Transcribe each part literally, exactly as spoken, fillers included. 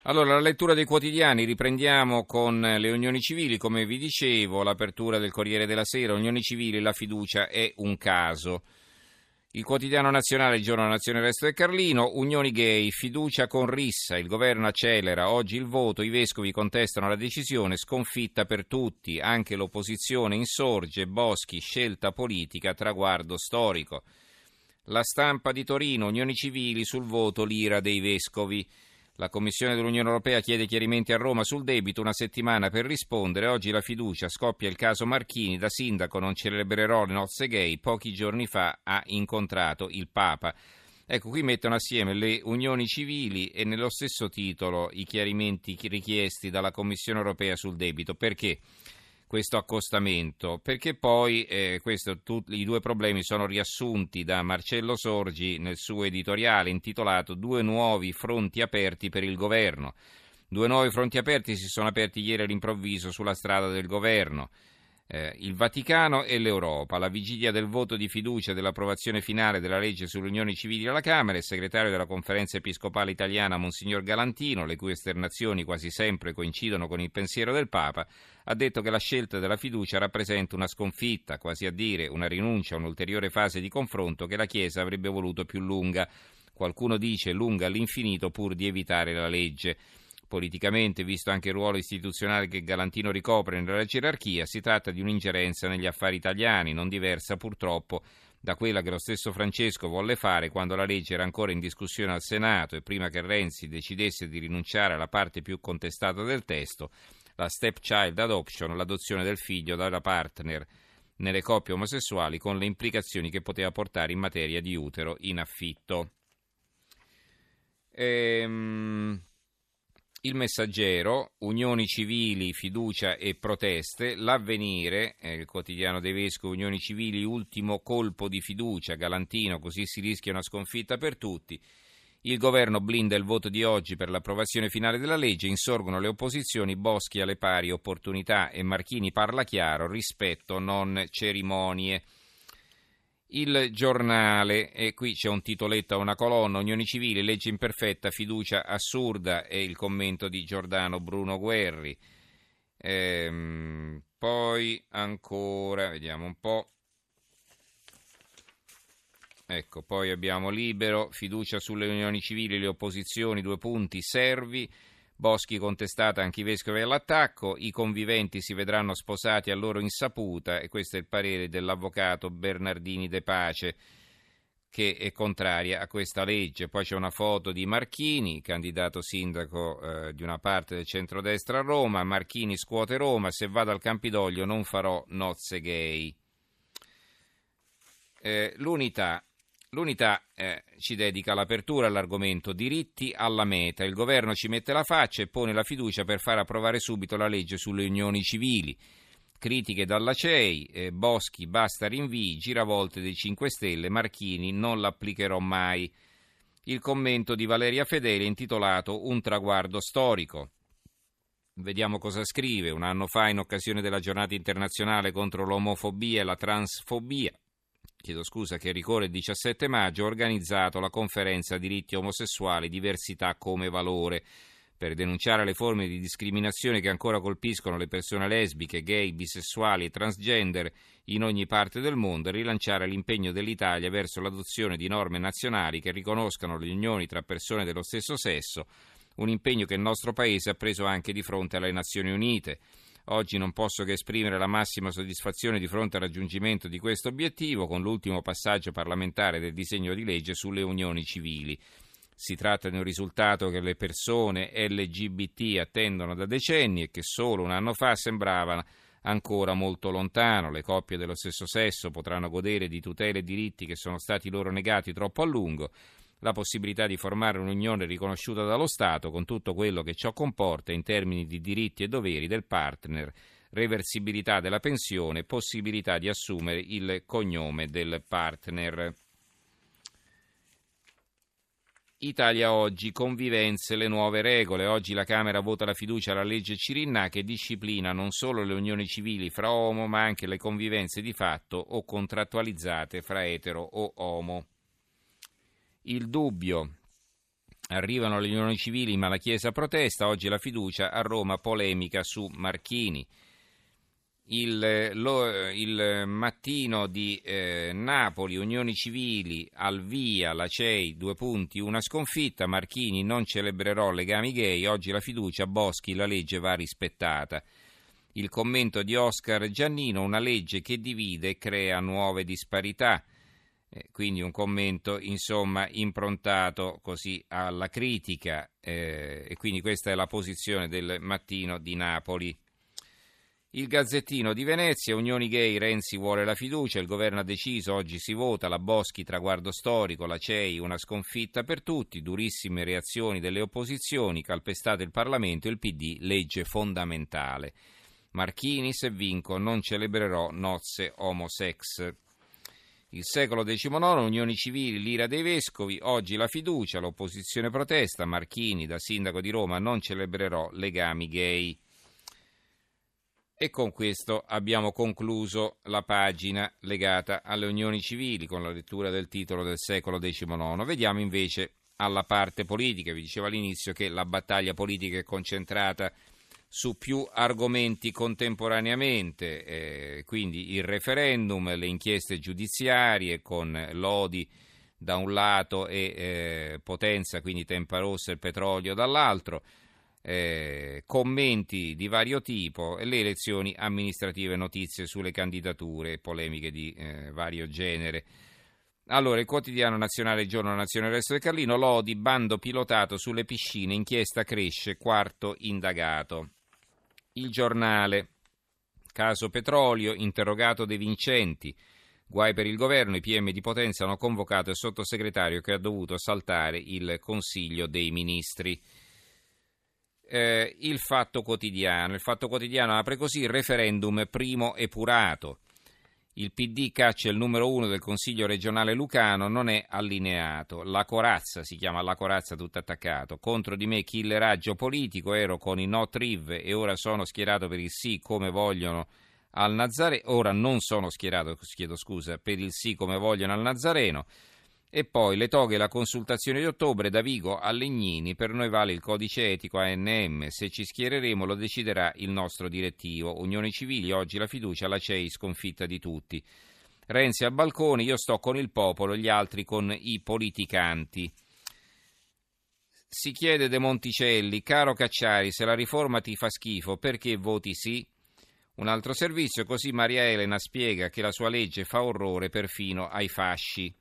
Allora, la lettura dei quotidiani, riprendiamo con le unioni civili, come vi dicevo, l'apertura del Corriere della Sera, unioni civili, la fiducia è un caso. Il quotidiano nazionale, il giorno della Nazione, il Resto del Carlino, unioni gay, fiducia con rissa, il governo accelera, oggi il voto, i vescovi contestano la decisione, sconfitta per tutti, anche l'opposizione insorge, Boschi, scelta politica, traguardo storico. La Stampa di Torino, unioni civili sul voto, l'ira dei vescovi. La Commissione dell'Unione Europea chiede chiarimenti a Roma sul debito, una settimana per rispondere. Oggi la fiducia, scoppia il caso Marchini, da sindaco non celebrerò le nozze gay, pochi giorni fa ha incontrato il Papa. Ecco, qui mettono assieme le unioni civili e nello stesso titolo i chiarimenti richiesti dalla Commissione Europea sul debito. Perché questo accostamento? Perché poi eh, questo, tu, i due problemi sono riassunti da Marcello Sorgi nel suo editoriale intitolato Due nuovi fronti aperti per il governo. Due nuovi fronti aperti si sono aperti ieri all'improvviso sulla strada del governo. Eh, il Vaticano e l'Europa. Alla vigilia del voto di fiducia dell'approvazione finale della legge sulle unioni civili alla Camera, il segretario della Conferenza Episcopale Italiana, Monsignor Galantino, le cui esternazioni quasi sempre coincidono con il pensiero del Papa, ha detto che la scelta della fiducia rappresenta una sconfitta, quasi a dire una rinuncia a un'ulteriore fase di confronto che la Chiesa avrebbe voluto più lunga. Qualcuno dice lunga all'infinito pur di evitare la legge. Politicamente, visto anche il ruolo istituzionale che Galantino ricopre nella gerarchia, si tratta di un'ingerenza negli affari italiani, non diversa purtroppo da quella che lo stesso Francesco volle fare quando la legge era ancora in discussione al Senato e prima che Renzi decidesse di rinunciare alla parte più contestata del testo, la stepchild adoption, l'adozione del figlio dalla partner nelle coppie omosessuali, con le implicazioni che poteva portare in materia di utero in affitto. Ehm... Il Messaggero, unioni civili, fiducia e proteste, l'Avvenire, eh, il quotidiano dei vescovi, unioni civili, ultimo colpo di fiducia, Galantino, così si rischia una sconfitta per tutti. Il governo blinda il voto di oggi per l'approvazione finale della legge, insorgono le opposizioni, Boschi alle pari opportunità e Marchini parla chiaro, rispetto, non cerimonie. Il Giornale, e qui c'è un titoletto a una colonna, unioni civili, legge imperfetta, fiducia assurda, e il commento di Giordano Bruno Guerri. Ehm, poi ancora, vediamo un po'. Ecco, poi abbiamo Libero, fiducia sulle unioni civili, le opposizioni, due punti, Servi. Boschi contestata anche i vescovi all'attacco, i conviventi si vedranno sposati a loro insaputa e questo è il parere dell'avvocato Bernardini De Pace che è contraria a questa legge. Poi c'è una foto di Marchini, candidato sindaco eh, di una parte del centrodestra a Roma. Marchini scuote Roma, se vado al Campidoglio non farò nozze gay. Eh, l'unità. L'Unità eh, ci dedica l'apertura all'argomento diritti alla meta. Il governo ci mette la faccia e pone la fiducia per far approvare subito la legge sulle unioni civili. Critiche dalla C E I, eh, Boschi basta rinvii, giravolte dei cinque Stelle, Marchini non l'applicherò mai. Il commento di Valeria Fedeli intitolato Un traguardo storico. Vediamo cosa scrive. Un anno fa, in occasione della giornata internazionale contro l'omofobia e la transfobia, chiedo scusa, che ricorre il diciassette maggio, ho organizzato la conferenza Diritti omosessuali, diversità come valore, per denunciare le forme di discriminazione che ancora colpiscono le persone lesbiche, gay, bisessuali e transgender in ogni parte del mondo e rilanciare l'impegno dell'Italia verso l'adozione di norme nazionali che riconoscano le unioni tra persone dello stesso sesso, un impegno che il nostro Paese ha preso anche di fronte alle Nazioni Unite. Oggi non posso che esprimere la massima soddisfazione di fronte al raggiungimento di questo obiettivo con l'ultimo passaggio parlamentare del disegno di legge sulle unioni civili. Si tratta di un risultato che le persone L G B T attendono da decenni e che solo un anno fa sembrava ancora molto lontano. Le coppie dello stesso sesso potranno godere di tutele e diritti che sono stati loro negati troppo a lungo. La possibilità di formare un'unione riconosciuta dallo Stato con tutto quello che ciò comporta in termini di diritti e doveri del partner, reversibilità della pensione, possibilità di assumere il cognome del partner. Italia Oggi, convivenze, le nuove regole. Oggi la Camera vota la fiducia alla legge Cirinnà che disciplina non solo le unioni civili fra omo ma anche le convivenze di fatto o contrattualizzate fra etero o omo. Il Dubbio. Arrivano le unioni civili ma la Chiesa protesta, oggi la fiducia, a Roma polemica su Marchini. Il, lo, il mattino di eh, Napoli, unioni civili, al via, la C E I, due punti, una sconfitta, Marchini non celebrerò legami gay, oggi la fiducia, Boschi, la legge va rispettata. Il commento di Oscar Giannino, una legge che divide e crea nuove disparità. Eh, quindi un commento insomma improntato così alla critica eh, e quindi questa è la posizione del mattino di Napoli. Il Gazzettino di Venezia, unioni gay, Renzi vuole la fiducia, il governo ha deciso, oggi si vota, la Boschi traguardo storico, la C E I una sconfitta per tutti, durissime reazioni delle opposizioni, calpestato il Parlamento, il P D legge fondamentale. Marchini, se vinco non celebrerò nozze homosex. Il Secolo diciannove, unioni civili, l'ira dei vescovi, oggi la fiducia, l'opposizione protesta, Marchini da sindaco di Roma non celebrerò legami gay. E con questo abbiamo concluso la pagina legata alle unioni civili con la lettura del titolo del Secolo diciannove. Vediamo invece alla parte politica. Vi dicevo all'inizio che la battaglia politica è concentrata su più argomenti contemporaneamente, eh, quindi il referendum, le inchieste giudiziarie con Lodi da un lato e eh, Potenza, quindi Tempa Rossa e il petrolio dall'altro, eh, commenti di vario tipo, e le elezioni amministrative, notizie sulle candidature, polemiche di eh, vario genere. Allora, il quotidiano nazionale, il Giorno Nazione, il Resto del Carlino, Lodi, bando pilotato sulle piscine, inchiesta cresce, quarto indagato. Il Giornale, caso petrolio, interrogato De Vincenti, guai per il governo, i P M di Potenza hanno convocato il sottosegretario che ha dovuto saltare il Consiglio dei Ministri. Eh, il Fatto Quotidiano, il Fatto Quotidiano apre così, referendum primo epurato. Il P D caccia il numero uno del Consiglio regionale lucano, non è allineato. La corazza, si chiama La corazza tutto attaccato. Contro di me killeraggio politico, ero con i no Triv e ora sono schierato per il sì come vogliono al Nazareno. Ora non sono schierato, chiedo scusa, per il sì come vogliono al Nazareno. E poi le toghe e la consultazione di ottobre, da Vigo a Legnini, per noi vale il codice etico A N M, se ci schiereremo lo deciderà il nostro direttivo. Unioni civili, oggi la fiducia, la C E I sconfitta di tutti. Renzi al balcone, io sto con il popolo, gli altri con i politicanti. Si chiede De Monticelli, caro Cacciari, se la riforma ti fa schifo, perché voti sì? Un altro servizio, così Maria Elena spiega che la sua legge fa orrore perfino ai fasci.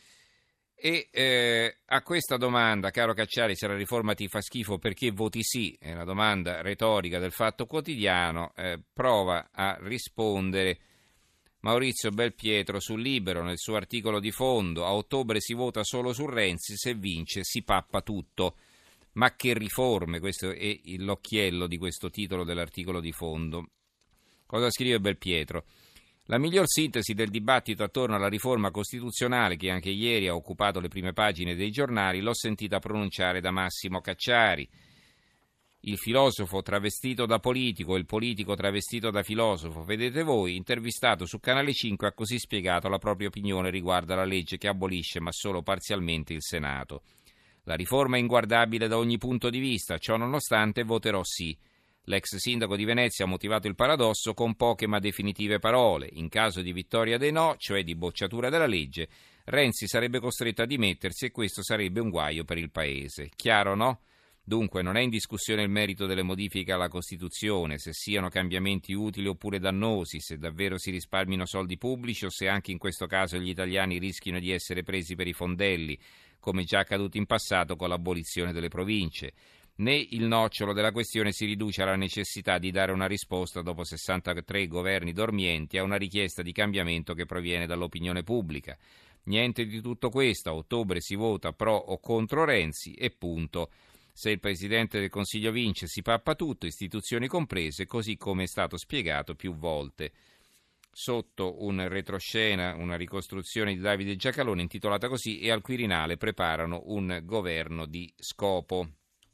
E eh, a questa domanda, caro Cacciari, se la riforma ti fa schifo perché voti sì, è una domanda retorica del Fatto Quotidiano, eh, prova a rispondere Maurizio Belpietro sul Libero nel suo articolo di fondo. A ottobre si vota solo su Renzi, se vince si pappa tutto. Ma che riforme? Questo è l'occhiello di questo titolo dell'articolo di fondo. Cosa scrive Belpietro? La miglior sintesi del dibattito attorno alla riforma costituzionale, che anche ieri ha occupato le prime pagine dei giornali, l'ho sentita pronunciare da Massimo Cacciari. Il filosofo travestito da politico e il politico travestito da filosofo, vedete voi, intervistato su Canale cinque, ha così spiegato la propria opinione riguardo alla legge che abolisce, ma solo parzialmente, il Senato. La riforma è inguardabile da ogni punto di vista, ciò nonostante voterò sì. L'ex sindaco di Venezia ha motivato il paradosso con poche ma definitive parole. In caso di vittoria dei no, cioè di bocciatura della legge, Renzi sarebbe costretto a dimettersi e questo sarebbe un guaio per il Paese. Chiaro, no? Dunque non è in discussione il merito delle modifiche alla Costituzione, se siano cambiamenti utili oppure dannosi, se davvero si risparmino soldi pubblici o se anche in questo caso gli italiani rischino di essere presi per i fondelli, come già accaduto in passato con l'abolizione delle province. Né il nocciolo della questione si riduce alla necessità di dare una risposta dopo sessantatré governi dormienti a una richiesta di cambiamento che proviene dall'opinione pubblica. Niente di tutto questo, a ottobre si vota pro o contro Renzi e punto. Se il Presidente del Consiglio vince si pappa tutto, istituzioni comprese, così come è stato spiegato più volte. Sotto un retroscena, una ricostruzione di Davide Giacalone intitolata così, e al Quirinale preparano un governo di scopo.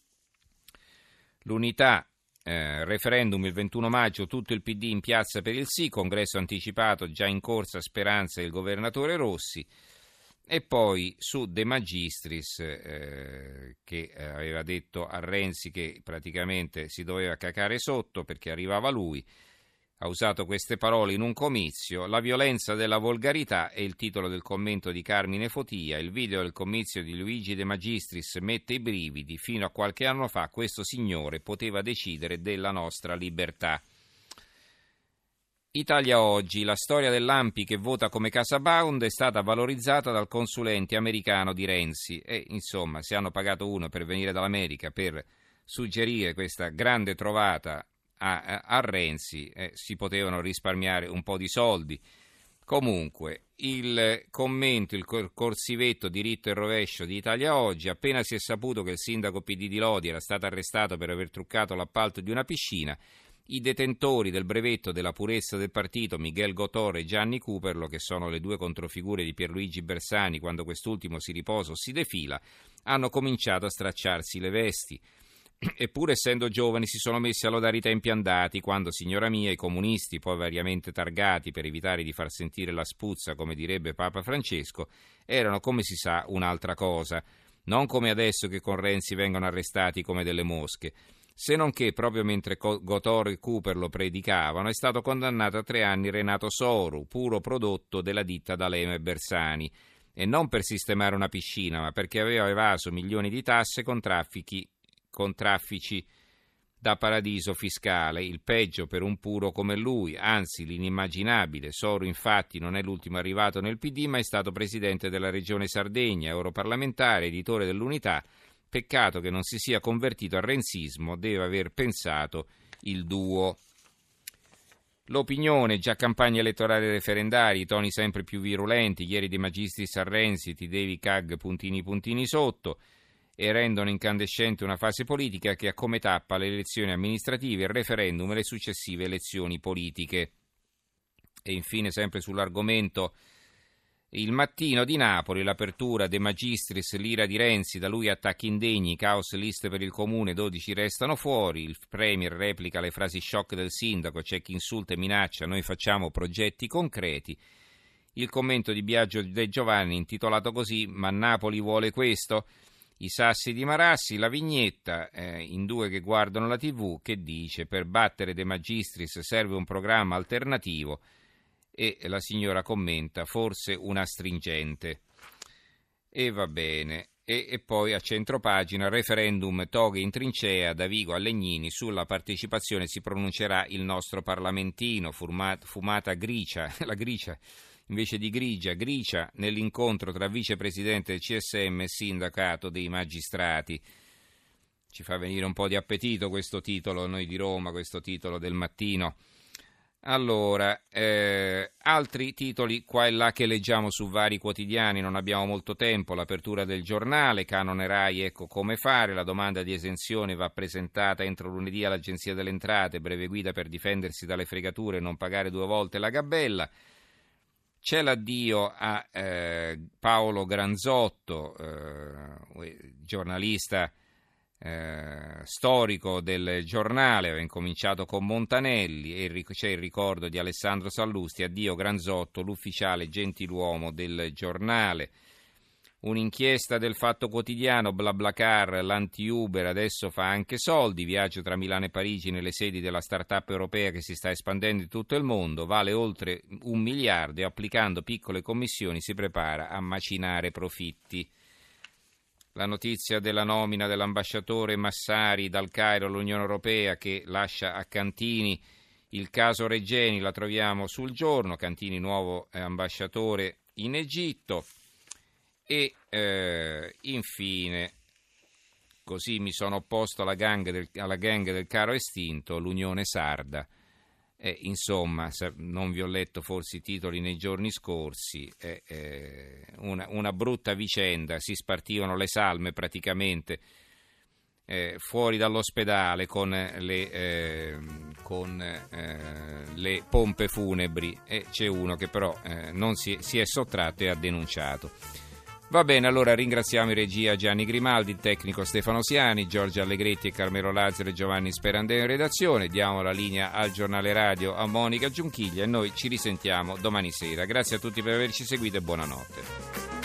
L'Unità, eh, referendum il ventuno maggio, tutto il P D in piazza per il sì, congresso anticipato, già in corsa Speranza e il governatore Rossi. E poi su De Magistris, eh, che aveva detto a Renzi che praticamente si doveva cacare sotto perché arrivava lui, ha usato queste parole in un comizio. La violenza della volgarità è il titolo del commento di Carmine Fotia. Il video del comizio di Luigi De Magistris mette i brividi. Fino a qualche anno fa questo signore poteva decidere della nostra libertà. Italia Oggi, la storia dell'A M P I che vota come Casa Pound è stata valorizzata dal consulente americano di Renzi e insomma se hanno pagato uno per venire dall'America per suggerire questa grande trovata a, a, a Renzi eh, si potevano risparmiare un po' di soldi. Comunque il commento, il corsivetto diritto e rovescio di Italia Oggi: appena si è saputo che il sindaco P D di Lodi era stato arrestato per aver truccato l'appalto di una piscina, i detentori del brevetto della purezza del partito, Miguel Gotor e Gianni Cuperlo, che sono le due controfigure di Pierluigi Bersani quando quest'ultimo si riposa o si defila, hanno cominciato a stracciarsi le vesti. Eppure, essendo giovani, si sono messi a lodare i tempi andati, quando, signora mia, i comunisti, poi variamente targati per evitare di far sentire la spuzza, come direbbe Papa Francesco, erano, come si sa, un'altra cosa. Non come adesso che con Renzi vengono arrestati come delle mosche. Se non che, proprio mentre Gotor e Cooper lo predicavano, è stato condannato a tre anni Renato Soru, puro prodotto della ditta D'Alema e Bersani, e non per sistemare una piscina, ma perché aveva evaso milioni di tasse con traffici, con traffici da paradiso fiscale, il peggio per un puro come lui, anzi l'inimmaginabile. Soru infatti non è l'ultimo arrivato nel P D, ma è stato presidente della regione Sardegna, europarlamentare, editore dell'Unità. Peccato che non si sia convertito al renzismo, deve aver pensato il duo. L'Opinione, già campagna elettorale referendari, toni sempre più virulenti, ieri De Magistris a Renzi, ti devi cag puntini puntini sotto, e rendono incandescente una fase politica che ha come tappa le elezioni amministrative, il referendum e le successive elezioni politiche. E infine, sempre sull'argomento, Il Mattino di Napoli, l'apertura De Magistris, l'ira di Renzi, da lui attacchi indegni, caos liste per il comune, dodici restano fuori, il premier replica le frasi shock del sindaco, c'è chi insulta e minaccia, noi facciamo progetti concreti. Il commento di Biagio De Giovanni intitolato così, ma Napoli vuole questo? I sassi di Marassi, la vignetta eh, in due che guardano la tivù che dice per battere De Magistris serve un programma alternativo. E la signora commenta, forse una stringente. E va bene. E, e poi a centropagina, referendum toghe in trincea, da Vigo a Legnini, sulla partecipazione si pronuncerà il nostro parlamentino, fumata, fumata gricia, la gricia invece di grigia, gricia, nell'incontro tra vicepresidente del C S M e sindacato dei magistrati. Ci fa venire un po' di appetito questo titolo, noi di Roma, questo titolo del Mattino. Allora, eh, altri titoli qua e là che leggiamo su vari quotidiani, non abbiamo molto tempo, l'apertura del Giornale, canone Rai, ecco come fare, la domanda di esenzione va presentata entro lunedì all'Agenzia delle Entrate, breve guida per difendersi dalle fregature e non pagare due volte la gabella. C'è l'addio a eh, Paolo Granzotto, eh, giornalista Eh, storico del Giornale, aveva incominciato con Montanelli, e c'è il ricordo di Alessandro Sallusti, addio Granzotto, l'ufficiale gentiluomo del Giornale. Un'inchiesta del Fatto Quotidiano, BlaBlaCar, l'anti-Uber adesso fa anche soldi, viaggio tra Milano e Parigi nelle sedi della start-up europea che si sta espandendo in tutto il mondo, vale oltre un miliardo e applicando piccole commissioni si prepara a macinare profitti. La notizia della nomina dell'ambasciatore Massari dal Cairo all'Unione Europea che lascia a Cantini il caso Regeni, la troviamo sul Giorno, Cantini nuovo ambasciatore in Egitto e eh, infine, così mi sono opposto alla gang del, alla gang del caro estinto, l'Unione Sarda. Eh, insomma, non vi ho letto forse i titoli nei giorni scorsi, eh, eh, una, una brutta vicenda, si spartivano le salme praticamente eh, fuori dall'ospedale con le, eh, con, eh, le pompe funebri e c'è uno che però eh, non si, si è sottratto e ha denunciato. Va bene, allora ringraziamo in regia Gianni Grimaldi, il tecnico Stefano Siani, Giorgio Allegretti e Carmelo Lazzaro e Giovanni Sperandeo in redazione. Diamo la linea al giornale radio a Monica Giunchiglia e noi ci risentiamo domani sera. Grazie a tutti per averci seguito e buonanotte.